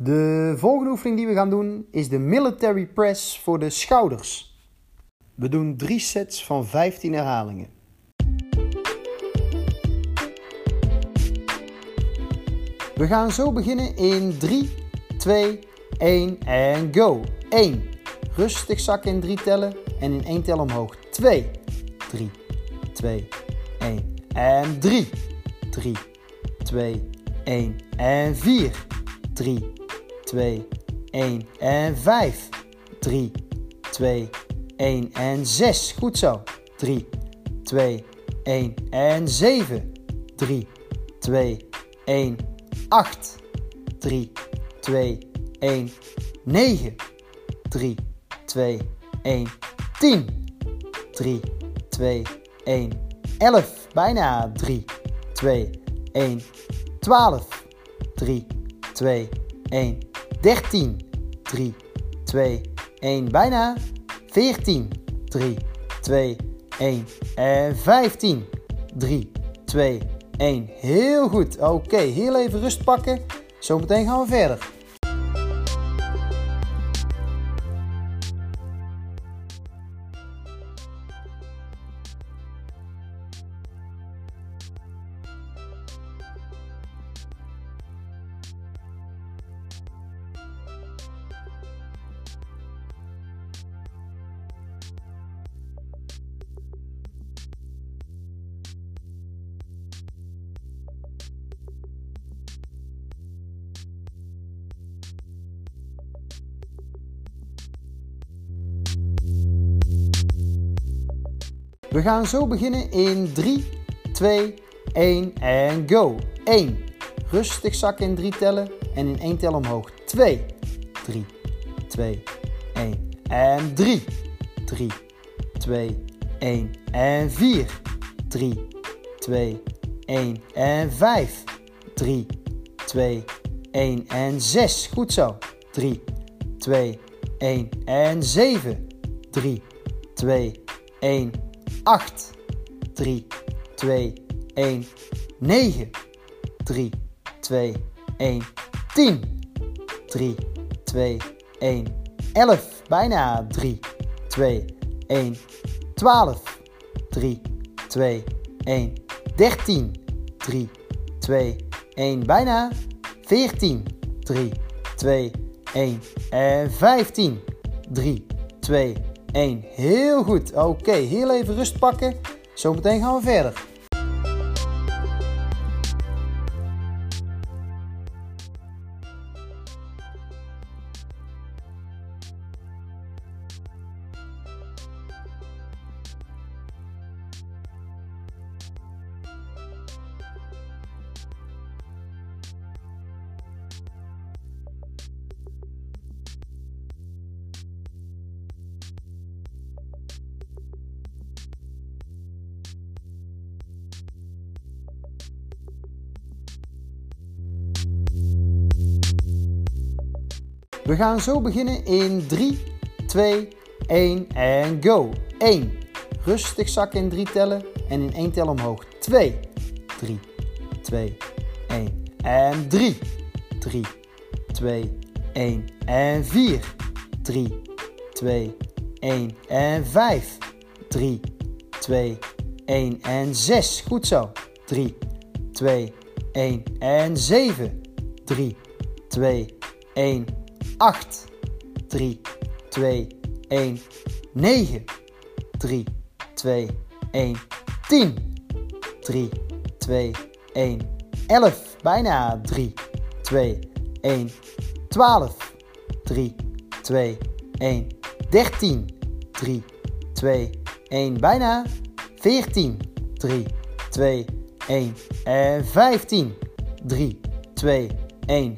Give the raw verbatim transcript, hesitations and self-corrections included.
De volgende oefening die we gaan doen is de military press voor de schouders. We doen drie sets van vijftien herhalingen. We gaan zo beginnen in drie, twee, één en go. één. Rustig zakken in drie tellen en in één tel omhoog. twee, drie, twee, één en drie, drie, twee, één en vier, drie, twee, één en vijf, drie, twee, één en zes. Goed zo. drie, twee, één en zeven, drie, twee, één, acht, drie, twee, één, negen, drie, twee, één, tien, drie, twee, één, elf, bijna, drie, twee, één, twaalf, drie, twee, één, dertien, drie, twee, één, bijna, veertien, drie, twee, één en vijftien, drie, twee, één. Heel goed. Oké, okay, heel even rust pakken. Zometeen gaan we verder. We gaan zo beginnen in drie, twee, één en go. één. Rustig zakken in drie tellen en in één tel omhoog. twee, drie, twee, één en drie, drie, twee, één en vier, drie, twee, één en vijf, drie, twee, één en zes. Goed zo. drie, twee, één en zeven, drie, twee, één, acht, drie, twee, één, negen, drie, twee, één, tien, drie, twee, één, elf, bijna, drie, twee, één, twaalf, drie, twee, één, dertien, drie, twee, één, bijna, veertien, drie, twee, één en vijftien, drie, twee, één. Heel goed. Oké, okay, heel even rust pakken. Zometeen gaan we verder. We gaan zo beginnen in drie, twee, één en go. één. Rustig zakken in drie tellen en in één tel omhoog. twee, drie, twee, één en drie, drie, twee, één en vier, drie, twee, één en vijf, drie, twee, één en zes. Goed zo. drie, twee, één en zeven, drie, twee, één, acht, drie, twee, één, negen, drie, twee, één, tien, drie, twee, één, elf, bijna, drie, twee, één, twaalf, drie, twee, één, dertien, drie, twee, één, bijna, veertien, drie, twee, één en vijftien, drie, twee, één.